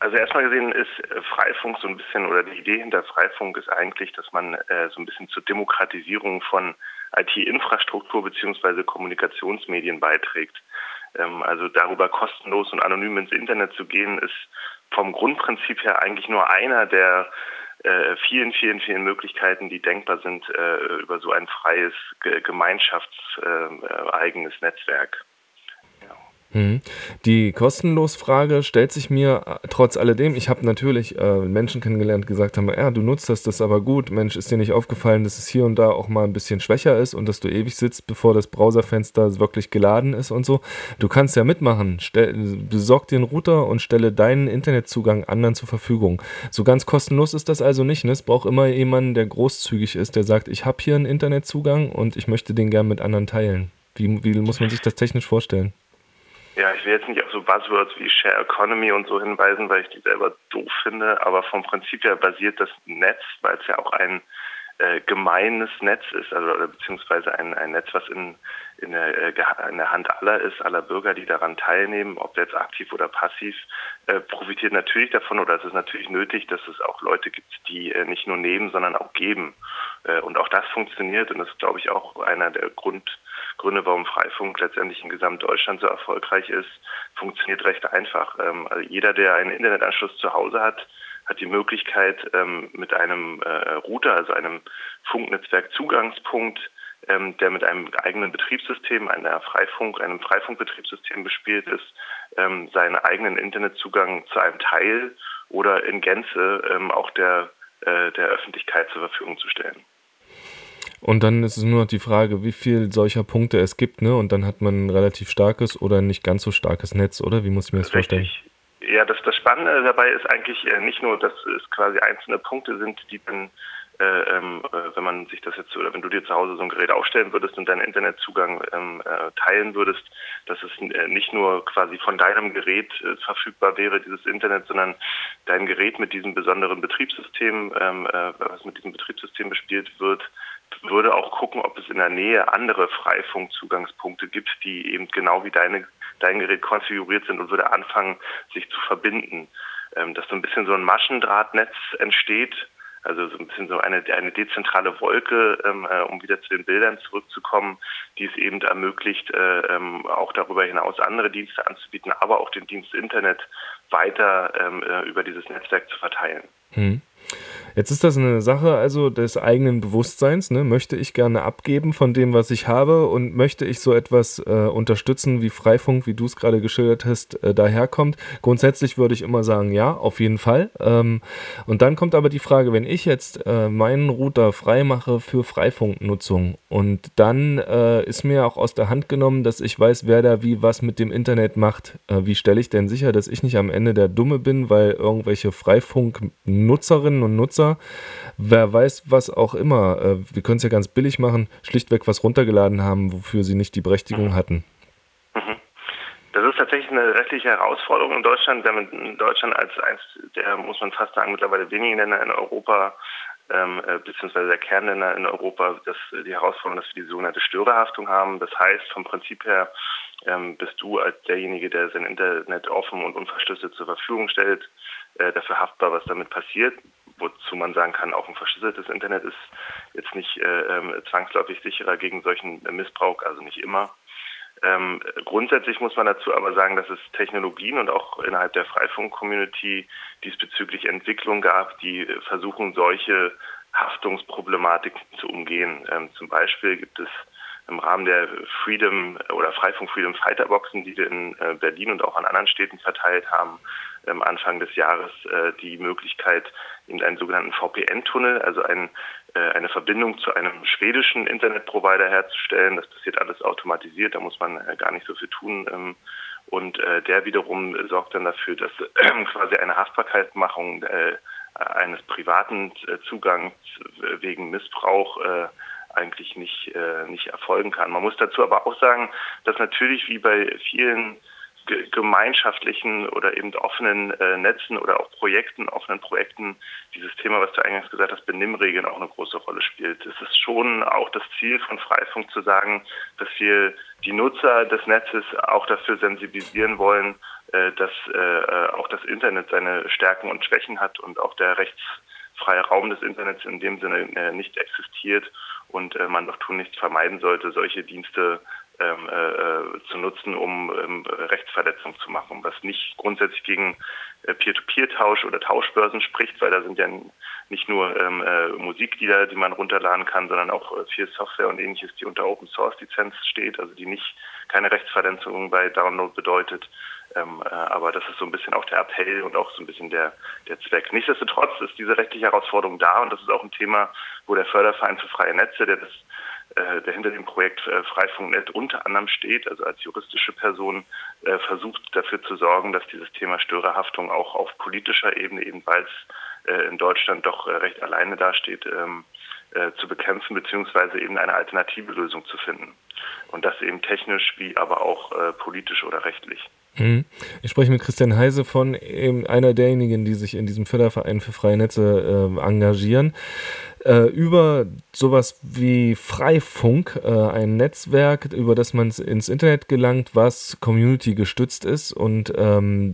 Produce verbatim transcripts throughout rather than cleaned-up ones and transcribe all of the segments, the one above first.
Also erstmal gesehen ist äh, Freifunk so ein bisschen, oder die Idee hinter Freifunk ist eigentlich, dass man äh, so ein bisschen zur Demokratisierung von I T-Infrastruktur beziehungsweise Kommunikationsmedien beiträgt. Ähm, also darüber kostenlos und anonym ins Internet zu gehen, ist vom Grundprinzip her eigentlich nur einer der äh, vielen, vielen, vielen Möglichkeiten, die denkbar sind äh, über so ein freies, ge- gemeinschaftseigenes Netzwerk. Ja. Mhm. Die Kostenlos-Frage stellt sich mir äh, trotz alledem. Ich habe natürlich äh, Menschen kennengelernt, die gesagt haben, ja, du nutzt das, das ist aber gut. Mensch, ist dir nicht aufgefallen, dass es hier und da auch mal ein bisschen schwächer ist und dass du ewig sitzt, bevor das Browserfenster wirklich geladen ist und so. Du kannst ja mitmachen. Stell, besorg dir einen Router und stelle deinen Internetzugang anderen zur Verfügung. So ganz kostenlos ist das also nicht. Ne? Es braucht immer jemanden, der großzügig ist, der sagt, ich habe hier einen Internetzugang und ich möchte den gern mit anderen teilen. Wie, wie muss man sich das technisch vorstellen? Ja, ich will jetzt nicht auf so Buzzwords wie Share Economy und so hinweisen, weil ich die selber doof finde, aber vom Prinzip her basiert das Netz, weil es ja auch ein äh, gemeines Netz ist, also oder beziehungsweise ein, ein Netz, was in, in, der, äh, in der Hand aller ist, aller Bürger, die daran teilnehmen, ob jetzt aktiv oder passiv, äh, profitiert natürlich davon, oder es ist natürlich nötig, dass es auch Leute gibt, die äh, nicht nur nehmen, sondern auch geben. Äh, und auch das funktioniert, und das ist, glaube ich, auch einer der Grund Gründe, warum Freifunk letztendlich in Gesamtdeutschland so erfolgreich ist, funktioniert recht einfach. Ähm, also jeder, der einen Internetanschluss zu Hause hat, hat die Möglichkeit, ähm, mit einem äh, Router, also einem Funknetzwerk-Zugangspunkt, ähm, der mit einem eigenen Betriebssystem, einer Freifunk, einem Freifunkbetriebssystem bespielt ist, ähm, seinen eigenen Internetzugang zu einem Teil oder in Gänze ähm, auch der, äh, der Öffentlichkeit zur Verfügung zu stellen. Und dann ist es nur noch die Frage, wie viel solcher Punkte es gibt, ne? Und dann hat man ein relativ starkes oder nicht ganz so starkes Netz, oder? Wie muss ich mir das vorstellen? Richtig. Ja, das, das Spannende dabei ist eigentlich äh, nicht nur, dass es quasi einzelne Punkte sind, die dann, äh, ähm, äh, wenn man sich das jetzt, oder wenn du dir zu Hause so ein Gerät aufstellen würdest und deinen Internetzugang ähm, äh, teilen würdest, dass es äh, nicht nur quasi von deinem Gerät äh, verfügbar wäre, dieses Internet, sondern dein Gerät mit diesem besonderen Betriebssystem, ähm, äh, was mit diesem Betriebssystem bespielt wird, würde auch gucken, ob es in der Nähe andere Freifunkzugangspunkte gibt, die eben genau wie deine, dein Gerät konfiguriert sind, und würde anfangen, sich zu verbinden. Ähm, dass so ein bisschen so ein Maschendrahtnetz entsteht, also so ein bisschen so eine, eine dezentrale Wolke, ähm, äh, um wieder zu den Bildern zurückzukommen, die es eben ermöglicht, äh, ähm, auch darüber hinaus andere Dienste anzubieten, aber auch den Dienst Internet weiter ähm, äh, über dieses Netzwerk zu verteilen. Hm. Jetzt ist das eine Sache also des eigenen Bewusstseins, ne? Möchte ich gerne abgeben von dem, was ich habe, und möchte ich so etwas äh, unterstützen, wie Freifunk, wie du es gerade geschildert hast, äh, daherkommt? Grundsätzlich würde ich immer sagen, ja, auf jeden Fall. Ähm, und dann kommt aber die Frage, wenn ich jetzt äh, meinen Router frei mache für Freifunknutzung und dann äh, ist mir auch aus der Hand genommen, dass ich weiß, wer da wie was mit dem Internet macht. Äh, wie stelle ich denn sicher, dass ich nicht am Ende der Dumme bin, weil irgendwelche Freifunk-Nutzerinnen und Nutzer, wer weiß, was auch immer, äh, wir können es ja ganz billig machen, schlichtweg was runtergeladen haben, wofür sie nicht die Berechtigung Mhm. hatten. Mhm. Das ist tatsächlich eine rechtliche Herausforderung in Deutschland. Wir haben in Deutschland als eines der, muss man fast sagen, mittlerweile wenigen Länder in Europa, ähm, äh, beziehungsweise der Kernländer in Europa, dass äh, die Herausforderung, dass wir die sogenannte Störerhaftung haben. Das heißt, vom Prinzip her ähm, bist du als derjenige, der sein Internet offen und unverschlüsselt zur Verfügung stellt, äh, dafür haftbar, was damit passiert. Wozu man sagen kann, auch ein verschlüsseltes Internet ist jetzt nicht äh, äh, zwangsläufig sicherer gegen solchen Missbrauch, also nicht immer. Ähm, grundsätzlich muss man dazu aber sagen, dass es Technologien und auch innerhalb der Freifunk-Community diesbezüglich Entwicklungen gab, die versuchen, solche Haftungsproblematiken zu umgehen. Ähm, zum Beispiel gibt es im Rahmen der Freedom oder Freifunk Freedom Fighter Boxen, die wir in äh, Berlin und auch an anderen Städten verteilt haben, ähm, Anfang des Jahres äh, die Möglichkeit, in einen sogenannten V P N-Tunnel, also ein, äh, eine Verbindung zu einem schwedischen Internetprovider herzustellen. Das passiert alles automatisiert, da muss man äh, gar nicht so viel tun. Ähm, und äh, der wiederum sorgt dann dafür, dass äh, quasi eine Haftbarkeitsmachung äh, eines privaten äh, Zugangs wegen Missbrauch äh, eigentlich nicht, äh, nicht erfolgen kann. Man muss dazu aber auch sagen, dass natürlich wie bei vielen ge- gemeinschaftlichen oder eben offenen äh, Netzen oder auch Projekten, offenen Projekten, dieses Thema, was du eingangs gesagt hast, Benimmregeln auch eine große Rolle spielt. Es ist schon auch das Ziel von Freifunk zu sagen, dass wir die Nutzer des Netzes auch dafür sensibilisieren wollen, äh, dass äh, auch das Internet seine Stärken und Schwächen hat und auch der rechtsfreie Raum des Internets in dem Sinne äh, nicht existiert und äh, man doch tunlichst vermeiden sollte, solche Dienste ähm, äh, zu nutzen, um ähm, Rechtsverletzungen zu machen, was nicht grundsätzlich gegen äh, Peer-to-Peer-Tausch oder Tauschbörsen spricht, weil da sind ja nicht nur ähm, äh, Musiklieder, die man runterladen kann, sondern auch äh, viel Software und ähnliches, die unter Open-Source-Lizenz steht, also die nicht keine Rechtsverletzungen bei Download bedeutet. Ähm, äh, aber das ist so ein bisschen auch der Appell und auch so ein bisschen der, der Zweck. Nichtsdestotrotz ist diese rechtliche Herausforderung da und das ist auch ein Thema, wo der Förderverein für freie Netze, der das äh, der hinter dem Projekt äh, Freifunk Punkt net unter anderem steht, also als juristische Person, äh, versucht dafür zu sorgen, dass dieses Thema Störerhaftung auch auf politischer Ebene, eben weil es äh, in Deutschland doch äh, recht alleine dasteht, ähm, äh, zu bekämpfen, beziehungsweise eben eine alternative Lösung zu finden. Und das eben technisch wie aber auch äh, politisch oder rechtlich. Ich spreche mit Christian Heise von eben einer derjenigen, die sich in diesem Förderverein für freie Netze äh, engagieren, äh, über sowas wie Freifunk, äh, ein Netzwerk, über das man ins Internet gelangt, was Community gestützt ist und ähm,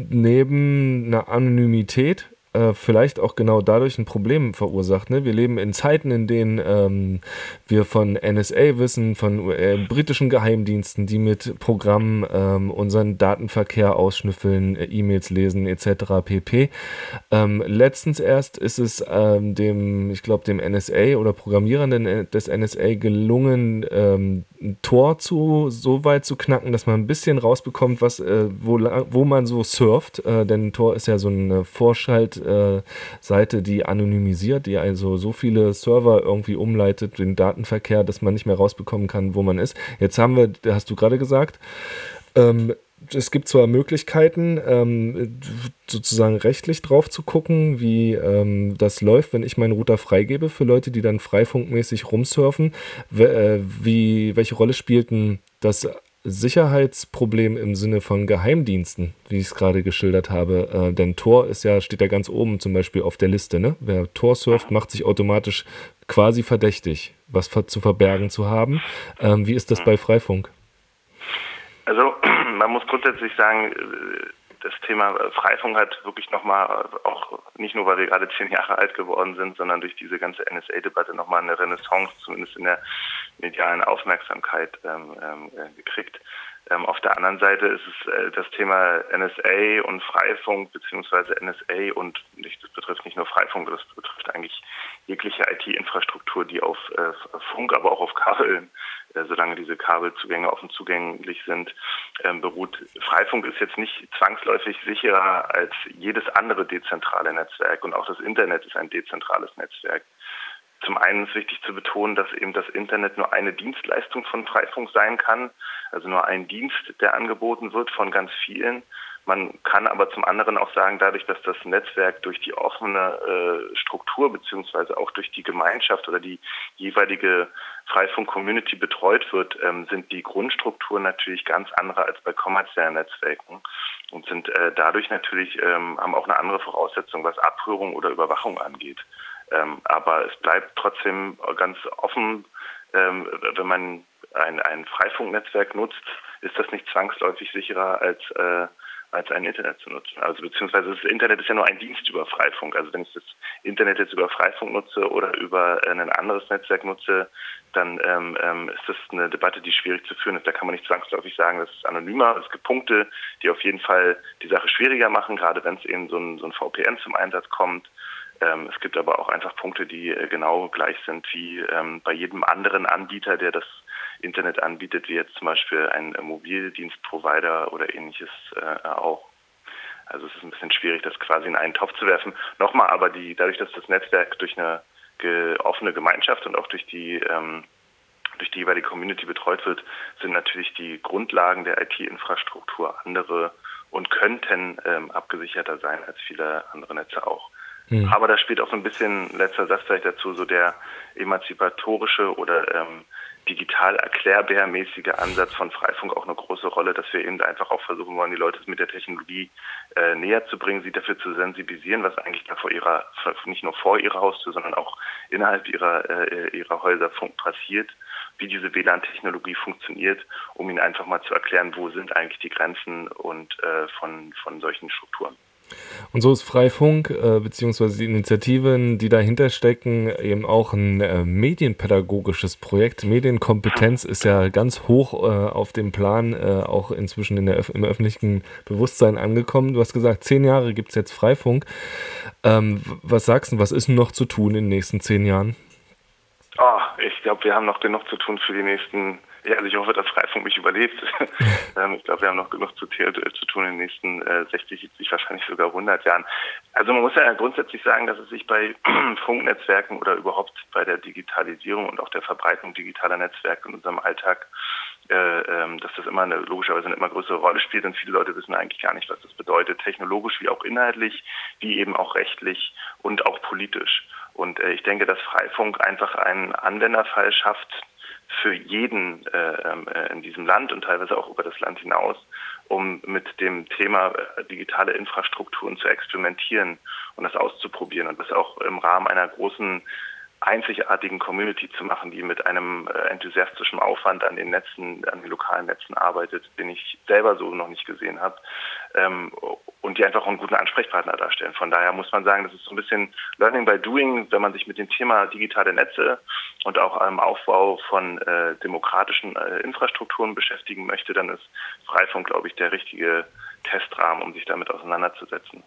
neben einer Anonymität äh, vielleicht auch genau dadurch ein Problem verursacht. Ne? Wir leben in Zeiten, in denen ähm, wir von N S A wissen, von äh, britischen Geheimdiensten, die mit Programmen ähm, unseren Datenverkehr ausschnüffeln, äh, E-Mails lesen et cetera pp. Ähm, letztens erst ist es ähm, dem, ich glaube, dem N S A oder Programmierenden des N S A gelungen, ähm, ein Tor zu, so weit zu knacken, dass man ein bisschen rausbekommt, was, äh, wo, wo man so surft. Äh, denn Tor ist ja so eine Vorschalt, Seite, die anonymisiert, die also so viele Server irgendwie umleitet, den Datenverkehr, dass man nicht mehr rausbekommen kann, wo man ist. Jetzt haben wir, hast du gerade gesagt, ähm, es gibt zwar Möglichkeiten, ähm, sozusagen rechtlich drauf zu gucken, wie ähm, das läuft, wenn ich meinen Router freigebe für Leute, die dann freifunkmäßig rumsurfen. W- äh, wie, welche Rolle spielt denn das Sicherheitsproblem im Sinne von Geheimdiensten, wie ich es gerade geschildert habe? Äh, denn Tor ist ja, steht ja ganz oben zum Beispiel auf der Liste. Ne? Wer Tor surft, macht sich automatisch quasi verdächtig, was ver- zu verbergen zu haben. Ähm, wie ist das bei Freifunk? Also man muss grundsätzlich sagen, das Thema Freifunk hat wirklich nochmal, auch nicht nur, weil wir gerade zehn Jahre alt geworden sind, sondern durch diese ganze N S A-Debatte nochmal eine Renaissance, zumindest in der medialen Aufmerksamkeit ähm, ähm, gekriegt. Ähm, auf der anderen Seite ist es äh, das Thema N S A und Freifunk, beziehungsweise N S A und nicht, das betrifft nicht nur Freifunk, das betrifft eigentlich jegliche I T-Infrastruktur, die auf äh, Funk, aber auch auf Kabeln, äh, solange diese Kabelzugänge offen zugänglich sind, ähm, beruht. Freifunk ist jetzt nicht zwangsläufig sicherer als jedes andere dezentrale Netzwerk und auch das Internet ist ein dezentrales Netzwerk. Zum einen ist wichtig zu betonen, dass eben das Internet nur eine Dienstleistung von Freifunk sein kann, also nur ein Dienst, der angeboten wird von ganz vielen. Man kann aber zum anderen auch sagen, dadurch, dass das Netzwerk durch die offene äh, Struktur beziehungsweise auch durch die Gemeinschaft oder die jeweilige Freifunk-Community betreut wird, ähm, sind die Grundstrukturen natürlich ganz andere als bei kommerziellen Netzwerken und sind äh, dadurch natürlich, ähm, haben auch eine andere Voraussetzung, was Abhörung oder Überwachung angeht. Ähm, aber es bleibt trotzdem ganz offen, ähm, wenn man ein, ein Freifunknetzwerk nutzt, ist das nicht zwangsläufig sicherer als, äh, als ein Internet zu nutzen. Also beziehungsweise das Internet ist ja nur ein Dienst über Freifunk. Also wenn ich das Internet jetzt über Freifunk nutze oder über ein anderes Netzwerk nutze, dann ähm, ähm, ist das eine Debatte, die schwierig zu führen ist. Da kann man nicht zwangsläufig sagen, das ist anonymer. Es gibt Punkte, die auf jeden Fall die Sache schwieriger machen, gerade wenn es eben so ein, so ein V P N zum Einsatz kommt. Ähm, es gibt aber auch einfach Punkte, die äh, genau gleich sind wie ähm, bei jedem anderen Anbieter, der das Internet anbietet, wie jetzt zum Beispiel ein äh, Mobildienstprovider oder ähnliches äh, auch. Also es ist ein bisschen schwierig, das quasi in einen Topf zu werfen. Nochmal aber die, dadurch, dass das Netzwerk durch eine ge- offene Gemeinschaft und auch durch die ähm, durch die jeweilige Community betreut wird, sind natürlich die Grundlagen der I T-Infrastruktur andere und könnten ähm, abgesicherter sein als viele andere Netze auch. Mhm. Aber da spielt auch so ein bisschen, letzter Satz vielleicht dazu, so der emanzipatorische oder ähm, digital erklärbärmäßige Ansatz von Freifunk auch eine große Rolle, dass wir eben einfach auch versuchen wollen, die Leute mit der Technologie äh, näher zu bringen, sie dafür zu sensibilisieren, was eigentlich da vor ihrer, nicht nur vor ihrer Haustür, sondern auch innerhalb ihrer, äh, ihrer Häuser passiert, wie diese W L A N-Technologie funktioniert, um ihnen einfach mal zu erklären, wo sind eigentlich die Grenzen und äh, von, von solchen Strukturen. Und so ist Freifunk äh, beziehungsweise die Initiativen, die dahinter stecken, eben auch ein äh, medienpädagogisches Projekt. Medienkompetenz ist ja ganz hoch äh, auf dem Plan, äh, auch inzwischen in der Öf- im öffentlichen Bewusstsein angekommen. Du hast gesagt, zehn Jahre gibt es jetzt Freifunk. Ähm, was sagst du, was ist noch zu tun in den nächsten zehn Jahren? Oh, ich glaube, wir haben noch genug zu tun für die nächsten, ja, also ich hoffe, dass Freifunk mich überlebt. ähm, ich glaube, wir haben noch genug zu, zu tun in den nächsten äh, sechzig, siebzig, wahrscheinlich sogar hundert Jahren. Also man muss ja grundsätzlich sagen, dass es sich bei Funknetzwerken oder überhaupt bei der Digitalisierung und auch der Verbreitung digitaler Netzwerke in unserem Alltag, äh, ähm, dass das immer eine, logischerweise eine immer größere Rolle spielt und viele Leute wissen eigentlich gar nicht, was das bedeutet, technologisch wie auch inhaltlich, wie eben auch rechtlich und auch politisch. Und äh, ich denke, dass Freifunk einfach einen Anwenderfall schafft für jeden äh, in diesem Land und teilweise auch über das Land hinaus, um mit dem Thema äh, digitale Infrastrukturen zu experimentieren und das auszuprobieren und das auch im Rahmen einer großen einzigartigen Community zu machen, die mit einem äh, enthusiastischen Aufwand an den Netzen, an den lokalen Netzen arbeitet, den ich selber so noch nicht gesehen habe, ähm, und die einfach einen guten Ansprechpartner darstellen. Von daher muss man sagen, das ist so ein bisschen Learning by Doing, wenn man sich mit dem Thema digitale Netze und auch einem Aufbau von äh, demokratischen äh, Infrastrukturen beschäftigen möchte, dann ist Freifunk, glaube ich, der richtige Testrahmen, um sich damit auseinanderzusetzen.